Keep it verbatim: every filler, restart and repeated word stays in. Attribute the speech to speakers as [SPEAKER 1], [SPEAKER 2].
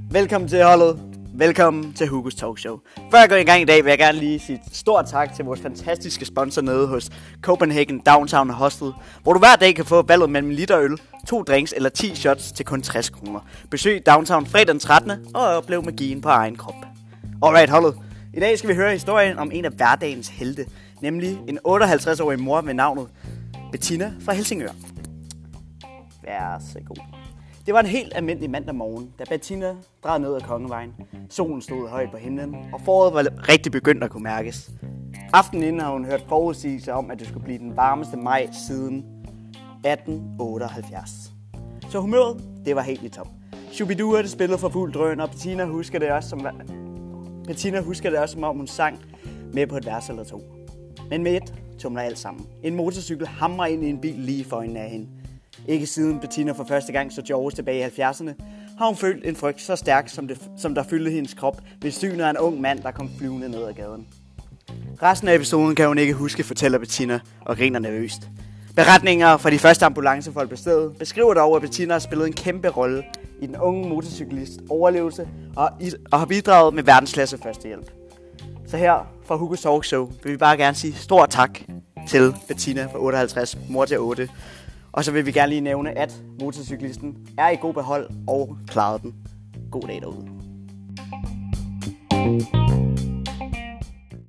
[SPEAKER 1] Velkommen til holdet. Velkommen til Hugos Talkshow. Før jeg går i gang i dag, vil jeg gerne lige sige et stort tak til vores fantastiske sponsor nede hos Copenhagen Downtown Hostel, hvor du hver dag kan få valget mellem en liter øl, to drinks eller ti shots til kun tres kroner. Besøg Downtown fredag den trettende og oplev magien på egen krop. Alright holdet. I dag skal vi høre historien om en af hverdagens helte, nemlig en otteoghalvtreds-årig mor ved navnet Bettina fra Helsingør. Vær så god. Det var en helt almindelig mandag morgen, da Bettina drejede ned ad Kongevejen. Solen stod højt på himlen, og foråret var rigtig begyndt at kunne mærkes. Aftenen inden har hun hørt forudsigelser om, at det skulle blive den varmeste maj siden atten otteoghalvfjerds. Så humøret, det var helt i top. Shubidua det spillede for fuld drøn, og Bettina husker det også som Bettina husker det også som om hun sang med på et vers eller to. Men med et tumler alt sammen. En motorcykel hamrer ind i en bil lige for øjnene af hende. Ikke siden Bettina for første gang så George tilbage i halvfjerdserne, har hun følt en frygt så stærk, som, det, som der fyldte hendes krop ved synet af en ung mand, der kom flyvende ned ad gaden. Resten af episoden kan hun ikke huske, fortæller Bettina og griner nervøst. Beretninger fra de første ambulancefolk på stedet beskriver dog, at Bettina har spillet en kæmpe rolle i den unge motorcyklist overlevelse og, i, og har bidraget med verdensklasse førstehjælp. Så her fra Hugos Talkshow vil vi bare gerne sige stor tak til Bettina fra otteoghalvtreds, mor til otte. Og så vil vi gerne lige nævne, at motorcyklisten er i god behold og klarede den. God dag derude.